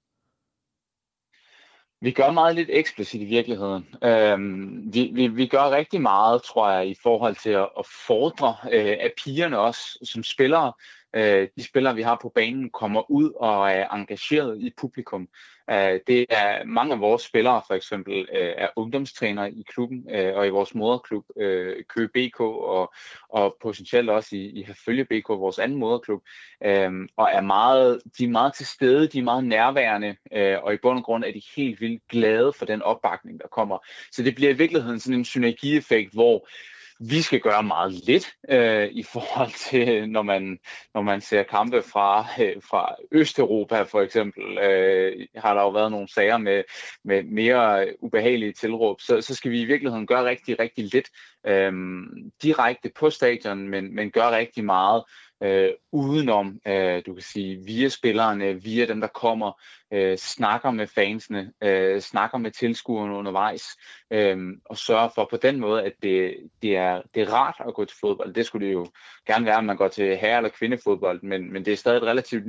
Vi gør meget lidt eksplicit i virkeligheden. Vi gør rigtig meget, tror jeg, i forhold til at fordre, at pigerne også som spillere, de spillere, vi har på banen, kommer ud og er engageret i publikum. Det er mange af vores spillere, for eksempel, er ungdomstrænere i klubben og i vores moderklub, Køge BK, og potentielt også i Herfølge BK, vores anden moderklub, og de er meget til stede, de er meget nærværende, og i bund og grund er de helt vildt glade for den opbakning, der kommer. Så det bliver i virkeligheden sådan en synergieffekt, hvor vi skal gøre meget lidt i forhold til, når man ser kampe fra Østeuropa for eksempel. Har der jo været nogle sager med mere ubehagelige tilråb, så skal vi i virkeligheden gøre rigtig, rigtig lidt direkte på stadion, men gøre rigtig meget udenom, du kan sige, via spillerne, via dem, der kommer, snakker med fansene, snakker med tilskuerne undervejs, og sørger for på den måde, at det er rart at gå til fodbold. Det skulle det jo gerne være, at man går til herre- eller kvindefodbold, men det er stadig et relativt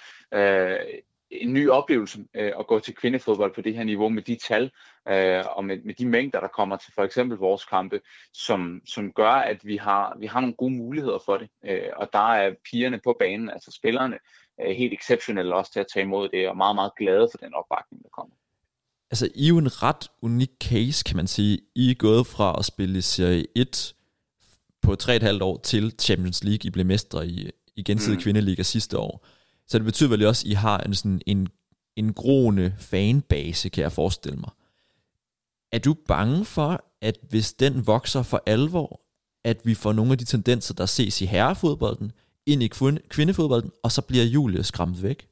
en ny oplevelse at gå til kvindefodbold på det her niveau med de tal og med de mængder, der kommer til for eksempel vores kampe, som gør, at vi har nogle gode muligheder for det. Og der er pigerne på banen, altså spillerne, helt exceptionelle også til at tage imod det, og meget, meget glade for den opbakning, der kommer. Altså, I er jo en ret unik case, kan man sige. I er gået fra at spille i Serie 1 på 3,5 år til Champions League. I blev mestre i gensidig kvindeliga sidste år. Så det betyder vel også, at I har en groende fanbase, kan jeg forestille mig. Er du bange for, at hvis den vokser for alvor, at vi får nogle af de tendenser, der ses i herrefodbolden, ind i kvindefodbolden, og så bliver Julie skræmt væk?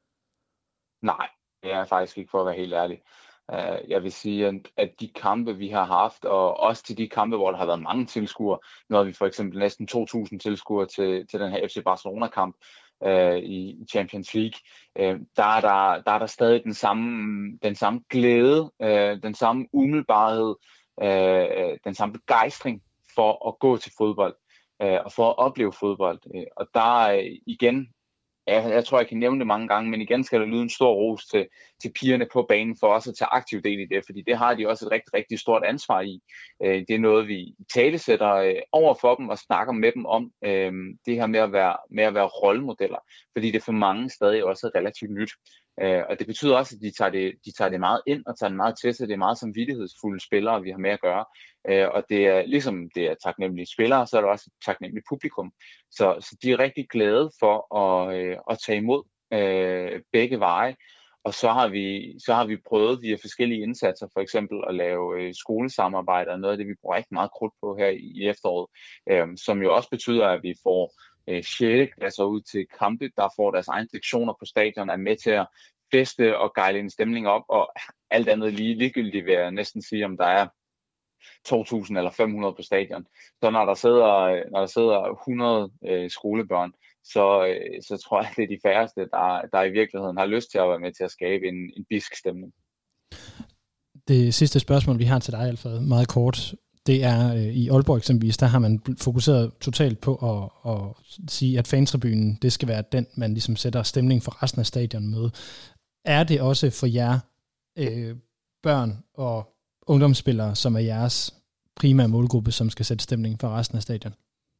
Nej, det er faktisk ikke, for at være helt ærlig. Jeg vil sige, at de kampe, vi har haft, og også til de kampe, hvor der har været mange tilskuere, nu har vi for eksempel næsten 2.000 tilskuere til den her FC Barcelona-kamp i Champions League, der er der stadig den samme glæde, den samme umiddelbarhed, den samme begejstring for at gå til fodbold, og for at opleve fodbold. Og der igen, jeg tror, jeg kan nævne det mange gange, men igen skal der lyde en stor ros til pigerne på banen for også at tage aktiv del i det, fordi det har de også et rigtig, rigtig stort ansvar i. Det er noget, vi talesætter over for dem og snakker med dem om, det her med at være rollemodeller, fordi det for mange stadig også er relativt nyt. Og det betyder også, at de tager det meget ind og tager det meget til sig. Det er meget samvittighedsfulde spillere, vi har med at gøre. Og det er ligesom det er taknemmelige spillere, så er det også et taknemmeligt publikum. Så de er rigtig glade for at tage imod begge veje. Og så har vi prøvet via forskellige indsatser, for eksempel at lave skolesamarbejder, noget af det, vi bruger rigtig meget krudt på her i efteråret, som jo også betyder, at vi får 6. klasser ud til kampe, der får deres egne sektioner på stadion, er med til at feste og gejle en stemning op, og alt andet ligegyldigt vil jeg næsten sige, om der er 2.000 eller 500 på stadion. Så når der sidder 100 skolebørn, så tror jeg, det er de færreste, der i virkeligheden har lyst til at være med til at skabe en bisk stemning. Det sidste spørgsmål, vi har til dig, Alfred, meget kort, det er i Aalborg eksempelvis, der har man fokuseret totalt på at sige, at fantribunen, det skal være den, man ligesom sætter stemning for resten af stadion med. Er det også for jer børn og ungdomsspillere, som er jeres primære målgruppe, som skal sætte stemning for resten af stadion?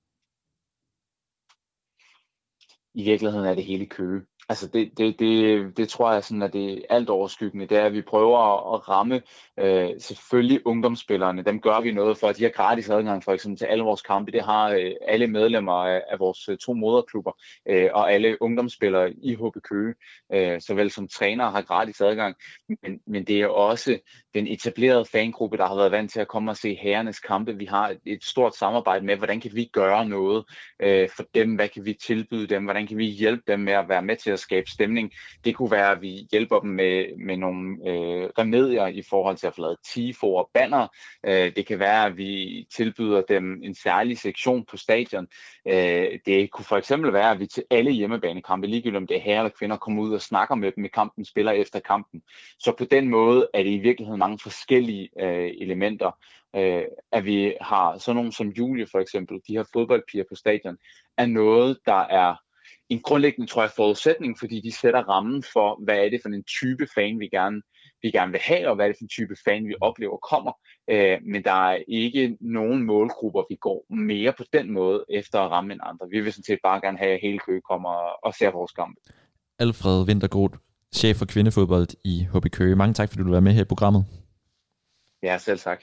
I virkeligheden er det hele Køge. Altså det tror jeg sådan, at det er alt overskyggende. Det er, at vi prøver at ramme selvfølgelig ungdomsspillerne. Dem gør vi noget for. De har gratis adgang for eksempel til alle vores kampe. Det har alle medlemmer af vores 2 moderklubber og alle ungdomsspillere i HB Køge, såvel som trænere har gratis adgang. Men det er også den etablerede fangruppe, der har været vant til at komme og se herrenes kampe. Vi har et stort samarbejde med, hvordan kan vi gøre noget for dem? Hvad kan vi tilbyde dem? Hvordan kan vi hjælpe dem med at være med til at skabe stemning? Det kunne være, at vi hjælper dem med nogle remedier i forhold til at få lavet tifo og banner. Det kan være, at vi tilbyder dem en særlig sektion på stadion. Det kunne for eksempel være, at vi til alle hjemmebanekampe, ligegyldigt om det er herre eller kvinder, kommer ud og snakker med dem i kampen, spiller efter kampen. Så på den måde er det i virkeligheden mange forskellige elementer. At vi har sådan nogle som Julie for eksempel, de her fodboldpiger på stadion, er noget, der er en grundlæggende, tror jeg, forudsætning, fordi de sætter rammen for, hvad er det for en type fan, vi gerne vil have, og hvad er det for en type fan, vi oplever kommer. Men der er ikke nogen målgrupper, vi går mere på den måde efter at ramme end andre. Vi vil sådan set bare gerne have, at hele Køge kommer og ser vores kampe. Alfred Vintergroth, chef for kvindefodbold i HB Køge. Mange tak, fordi du vil være med her i programmet. Ja, selv tak.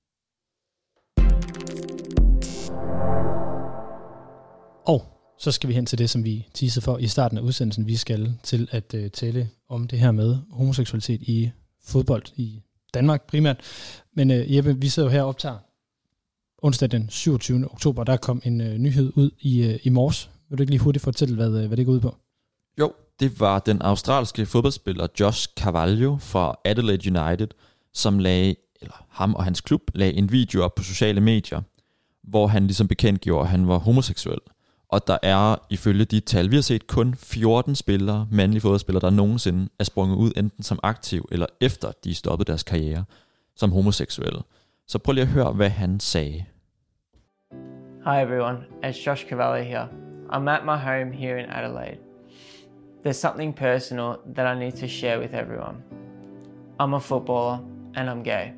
Og så skal vi hen til det, som vi teasede for i starten af udsendelsen. Vi skal til at tale om det her med homoseksualitet i fodbold i Danmark primært. Men Jeppe, vi sidder jo her og optager onsdag den 27. oktober. Der kom en nyhed ud i morges. Vil du ikke lige hurtigt fortælle, hvad det går ud på? Jo, det var den australske fodboldspiller Josh Carvalho fra Adelaide United, som ham og hans klub lagde en video op på sociale medier, hvor han ligesom bekendtgjorde, at han var homoseksuel. Og der er ifølge de tal, vi har set, kun 14 spillere, mandlige fodboldspillere, der nogensinde er sprunget ud, enten som aktiv eller efter de stoppede deres karriere som homoseksuelle. Så prøv lige at høre, hvad han sagde. Hi everyone, it's Josh Carvalho here. I'm at my home here in Adelaide. There's something personal that I need to share with everyone. I'm a footballer and I'm gay.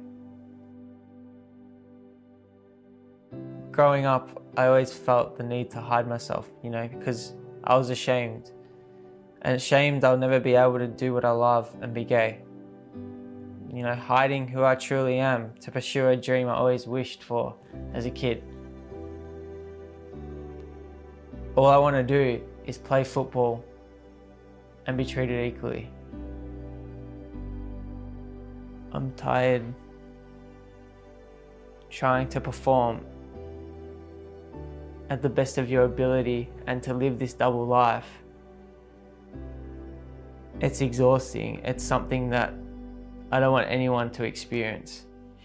Growing up, I always felt the need to hide myself, because I was ashamed. And ashamed I'll never be able to do what I love and be gay. Hiding who I truly am to pursue a dream I always wished for as a kid. All I want to do is play football and be treated equally. I'm tired trying to perform at the best of your ability and to live this double life. It's exhausting. It's something that I don't want anyone to experience.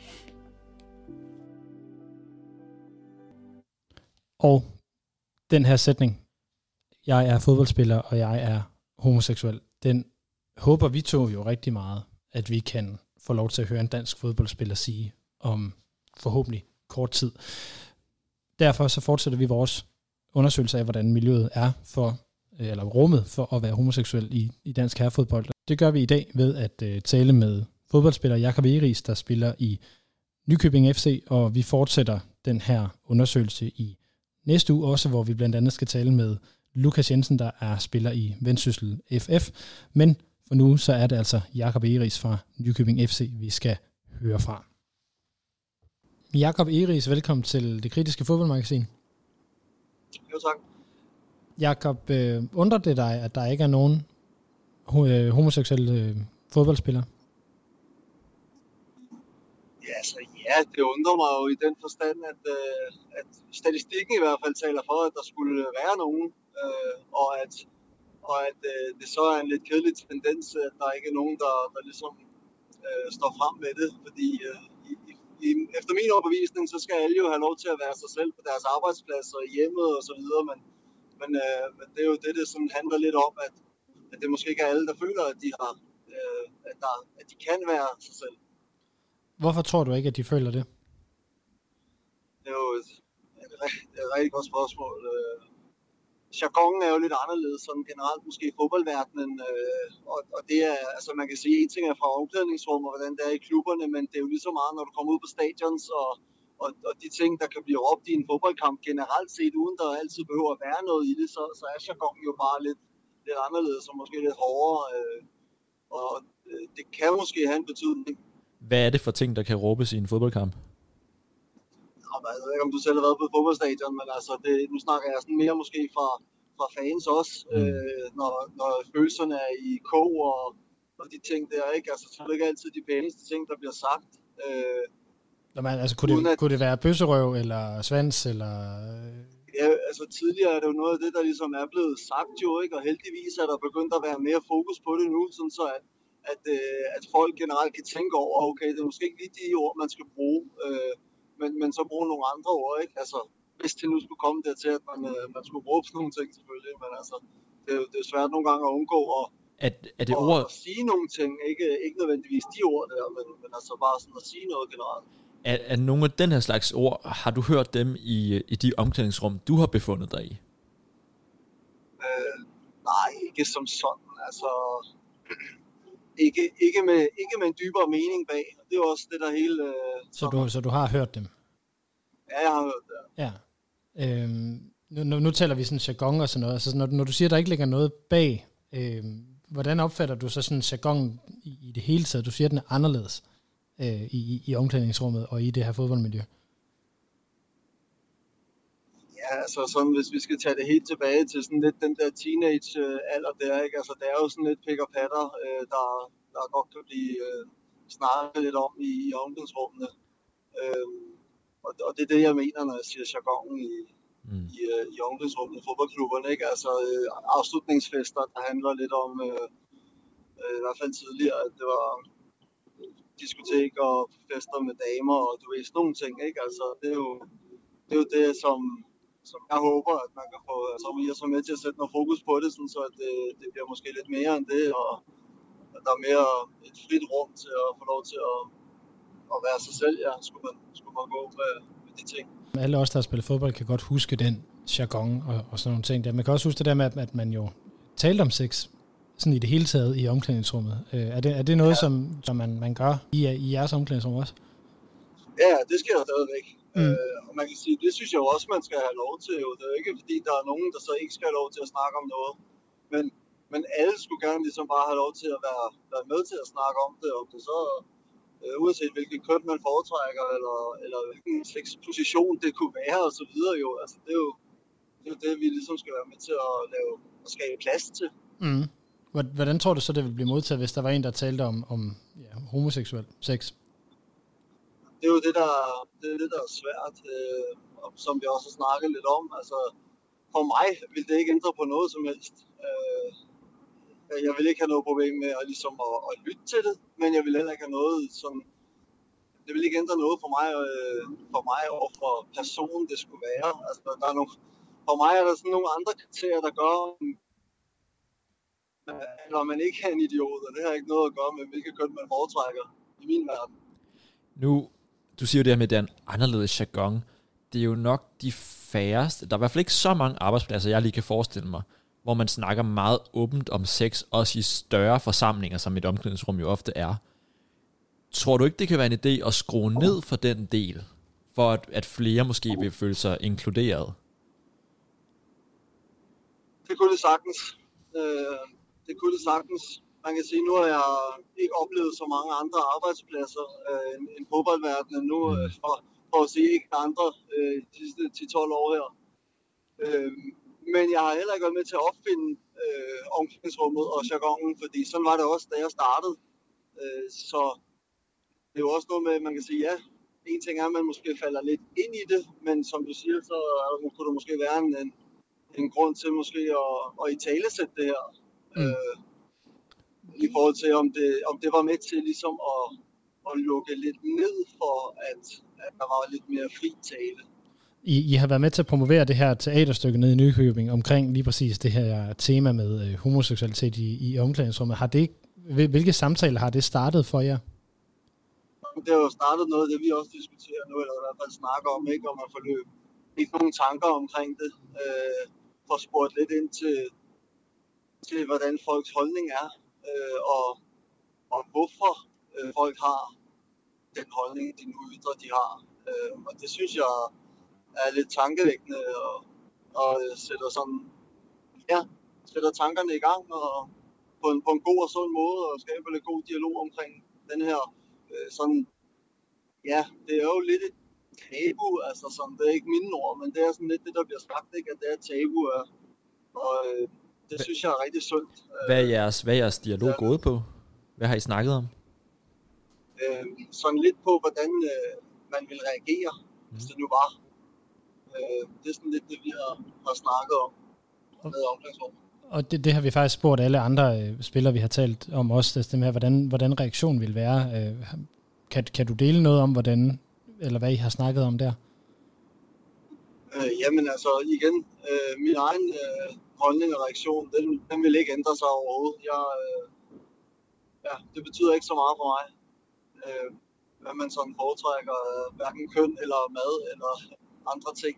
Og den her sætning, jeg er fodboldspiller, og jeg er homoseksuel, den håber vi to jo rigtig meget, at vi kan få lov til at høre en dansk fodboldspiller sige om forhåbentlig kort tid. Derfor så fortsætter vi vores undersøgelse af, hvordan miljøet er eller rummet for at være homoseksuel i dansk herrefodbold. Det gør vi i dag ved at tale med fodboldspiller Jakob Egeris, der spiller i Nykøbing FC, og vi fortsætter den her undersøgelse i næste uge også, hvor vi blandt andet skal tale med Lukas Jensen, der er spiller i Vendsyssel FF. Men for nu så er det altså Jakob Egeris fra Nykøbing FC, vi skal høre fra. Jakob Egeris, velkommen til Det Kritiske Fodboldmagasin. Jo, tak. Jakob, undrer det dig, at der ikke er nogen homoseksuelle fodboldspillere? Ja, det undrer mig jo i den forstand, at statistikken i hvert fald taler for, at der skulle være nogen, og at det så er en lidt kedelig tendens, at der ikke er nogen, der ligesom står frem med det, fordi efter min overbevisning, så skal alle jo have lov til at være sig selv på deres arbejdspladser, i hjemmet og så videre, men det er jo det sådan handler lidt om, at det måske ikke er alle, der føler, at de har, at de kan være sig selv. Hvorfor tror du ikke, at de føler det? Det er jo et rigtig godt spørgsmål. Jargonen er jo lidt anderledes sådan generelt måske i fodboldverdenen, og det er, altså man kan sige, en ting er fra omklædningsrum og hvordan det er i klubberne, men det er jo lige så meget, når du kommer ud på stadions og de ting, der kan blive råbt i en fodboldkamp generelt set, uden der altid behøver at være noget i det, så er jargonen jo bare lidt anderledes og måske lidt hårdere, og det kan måske have en betydning. Hvad er det for ting, der kan råbes i en fodboldkamp? Jeg ved ikke, om du selv har været på et fodboldstadion, men altså nu snakker jeg sådan mere måske fra fans også, når følelserne er i kog og de ting der, ikke? Altså, så er det ikke altid de pæneste ting, der bliver sagt. Altså, kunne det være bøsserøv eller svans, eller... Ja, altså tidligere er det jo noget af det, der ligesom er blevet sagt jo, ikke? Og heldigvis er der begyndt at være mere fokus på det nu, sådan så at folk generelt kan tænke over, okay, det er måske ikke lige de ord, man skal bruge, men så bruge nogle andre ord, ikke? Altså, hvis det nu skulle komme dertil, at man skulle bruge sådan nogle ting selvfølgelig, men altså, det er svært nogle gange at undgå er det ord... at sige nogle ting, ikke nødvendigvis de ord der, men altså bare sådan at sige noget generelt. Er nogle af den her slags ord, har du hørt dem i de omklædningsrum, du har befundet dig i? Nej, ikke som sådan, altså... Ikke med en dybere mening bag. Det er også det, der hele... Så du har hørt dem? Ja, jeg har hørt det. Ja. Nu taler vi sådan jargon og sådan noget. Altså, når du siger, der ikke ligger noget bag, hvordan opfatter du så sådan jargon i det hele taget? Du siger, den er anderledes i omklædningsrummet og i det her fodboldmiljø. Ja, altså sådan, hvis vi skal tage det helt tilbage til sådan lidt den der teenage-alder der, ikke? Altså, det er jo sådan lidt pik og patter, der godt kan blive snakket lidt om i omklædningsrummene. Og det er det, jeg mener, når jeg siger jargonen i omklædningsrummene i fodboldklubberne, ikke? Altså afslutningsfester, der handler lidt om, i hvert fald tidligere, at det var diskotek og fester med damer, og du ved, sådan nogle ting, ikke? Altså, det er jo det, som jeg håber, at man kan få, altså vi er så med til at sætte noget fokus på det, sådan, så at det bliver måske lidt mere end det, og at der er mere et frit rum til at få lov til at være sig selv, ja, skulle man gå med de ting. Alle os, der har spillet fodbold, kan godt huske den jargon og sådan nogle ting der. Man kan også huske det der med, at man jo talte om sex, sådan i det hele taget i omklædningsrummet. Er det noget, som man gør i jeres omklædningsrum også? Ja, det sker stadigvæk. Og man kan sige, det synes jeg jo også, man skal have lov til. Jo. Det er jo ikke fordi, der er nogen, der så ikke skal have lov til at snakke om noget. Men alle skulle gerne ligesom bare have lov til at være med til at snakke om det. Og det så, uanset hvilken køn man foretrækker, eller hvilken position det kunne være, og så videre jo. Altså, det er jo det, vi ligesom skal være med til at skabe plads til. Mm. Hvordan tror du så, det vil blive modtaget, hvis der var en, der talte om homoseksuel sex? Det er jo det, der er svært, som vi også har snakket lidt om. Altså, for mig vil det ikke ændre på noget som helst. Jeg vil ikke have noget problem med at lytte til det, men jeg vil heller ikke have noget sådan... Det vil ikke ændre noget for mig og for personen, det skulle være. Altså, for mig er der sådan nogle andre kriterier, der gør, eller man ikke er en idiot, og det har ikke noget at gøre med, hvilket køn man foretrækker i min verden. Nu, du siger jo det her med, at det er en anderledes jargon. Det er jo nok de færreste, der er i hvert fald ikke så mange arbejdspladser, jeg lige kan forestille mig, hvor man snakker meget åbent om sex, også i større forsamlinger, som et omklædningsrum jo ofte er. Tror du ikke, det kan være en idé at skrue ned for den del, for at flere måske vil føle sig inkluderet? Det kunne det sagtens. Man kan sige, nu har jeg ikke oplevet så mange andre arbejdspladser end fodboldverdenen nu, for at sige ikke andre de sidste 10-12 år her. Men jeg har heller ikke været med til at opfinde omklædningsrummet og jargonen, fordi sådan var det også, da jeg startede. Så det er jo også noget med, at man kan sige, ja, en ting er, at man måske falder lidt ind i det, men som du siger, så kunne der måske være en grund til måske at italesætte det her. I forhold til, om det var med til ligesom at lukke lidt ned for, at der var lidt mere fri tale. I har været med til at promovere det her teaterstykke nede i Nykøbing omkring lige præcis det her tema med homoseksualitet i omklædningsrummet. Hvilke samtaler har det startet for jer? Det har jo startet noget af det, vi også diskuterer nu, eller i hvert fald snakker om, ikke? Om at forløbe. Ikke nogle tanker omkring det. For spurgt lidt ind til hvordan folks holdning er, og hvorfor folk har den holdning, de nu ytrer, de har. Og det synes jeg er lidt tankevækkende, og sætter tankerne i gang, og på en god og sund måde, og skaber lidt god dialog omkring den her det er jo lidt et tabu, altså sådan, det er ikke mine ord, men det er sådan lidt det, der bliver sagt, ikke, at det er et tabu, og det synes jeg er rigtig sundt. Hvad er jeres dialog gået på? Hvad har I snakket om? Sådan lidt på, hvordan man vil reagere, hvis det nu var. Det er sådan lidt det, vi har snakket om med omklædningsrummet. Og det har vi faktisk spurgt alle andre spillere, vi har talt om også, det med, hvordan reaktionen vil være. Kan du dele noget om, eller hvad I har snakket om der? Jamen altså, igen, min egen holdning og reaktion, den vil ikke ændre sig overhovedet. Det betyder ikke så meget for mig, hvad man sådan foretrækker, hverken køn eller mad eller andre ting.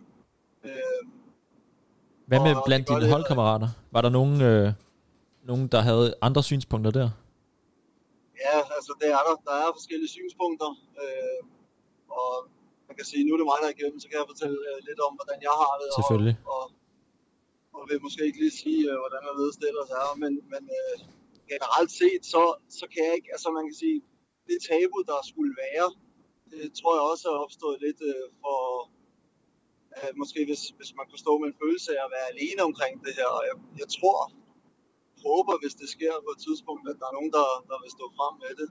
Hvad med blandt dine holdkammerater? Var der nogen, der havde andre synspunkter der? Ja, altså det er der. Der er forskellige synspunkter, og man kan sige, nu er det mig, der er igennem, så kan jeg fortælle lidt om, hvordan jeg har det. Selvfølgelig. Og vil måske ikke lige sige, hvordan jeg ved det ellers er, men generelt set, så kan jeg ikke, altså man kan sige, det tabu, der skulle være, det tror jeg også er opstået lidt for, måske hvis man kunne stå med en følelse af at være alene omkring det her, og jeg håber, hvis det sker på et tidspunkt, at der er nogen, der vil stå frem med det.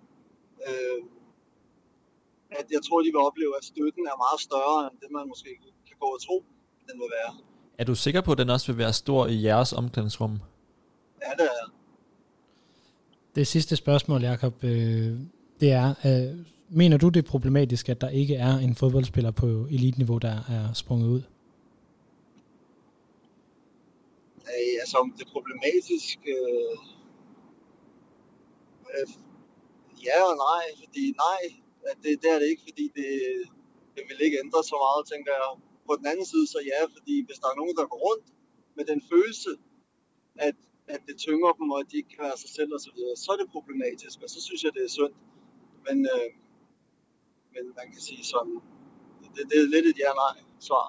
At jeg tror, de vil opleve, at støtten er meget større, end det man måske kan gå og tro, den vil være. Er du sikker på, at den også vil være stor i jeres omklædningsrum? Ja, det er. Det sidste spørgsmål, Jakob, det er, mener du, det er problematisk, at der ikke er en fodboldspiller på eliteniveau, der er sprunget ud? Altså om det er problematisk, ja og nej, fordi det er det ikke, fordi det vil ikke ændre så meget, tænker jeg. På den anden side så ja, fordi hvis der er nogen, der går rundt med den følelse, at det tynger dem, og at de ikke kan være sig selv og så videre, så er det problematisk, og så synes jeg, det er synd. Men man kan sige sådan, det er lidt et ja-nej-svar.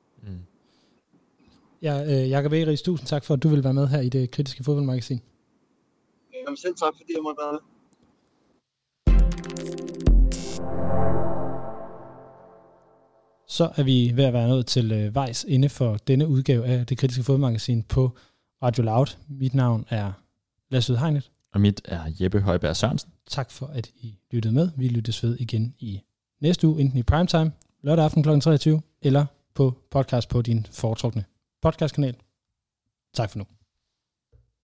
Jakob Egeris, tusind tak for, at du vil være med her i Det Kritiske Fodboldmagasin. Jamen selv tak, fordi jeg måtte være med. Så er vi ved at være nået til vejs inde for denne udgave af Det Kritiske Fodboldmagasin på Radio Loud. Mit navn er Lasse Udhegnet. Og mit er Jeppe Højberg Sørensen. Tak for, at I lyttede med. Vi lyttes ved igen i næste uge, enten i primetime, lørdag aften kl. 23, eller på podcast på din foretrukne podcastkanal. Tak for nu.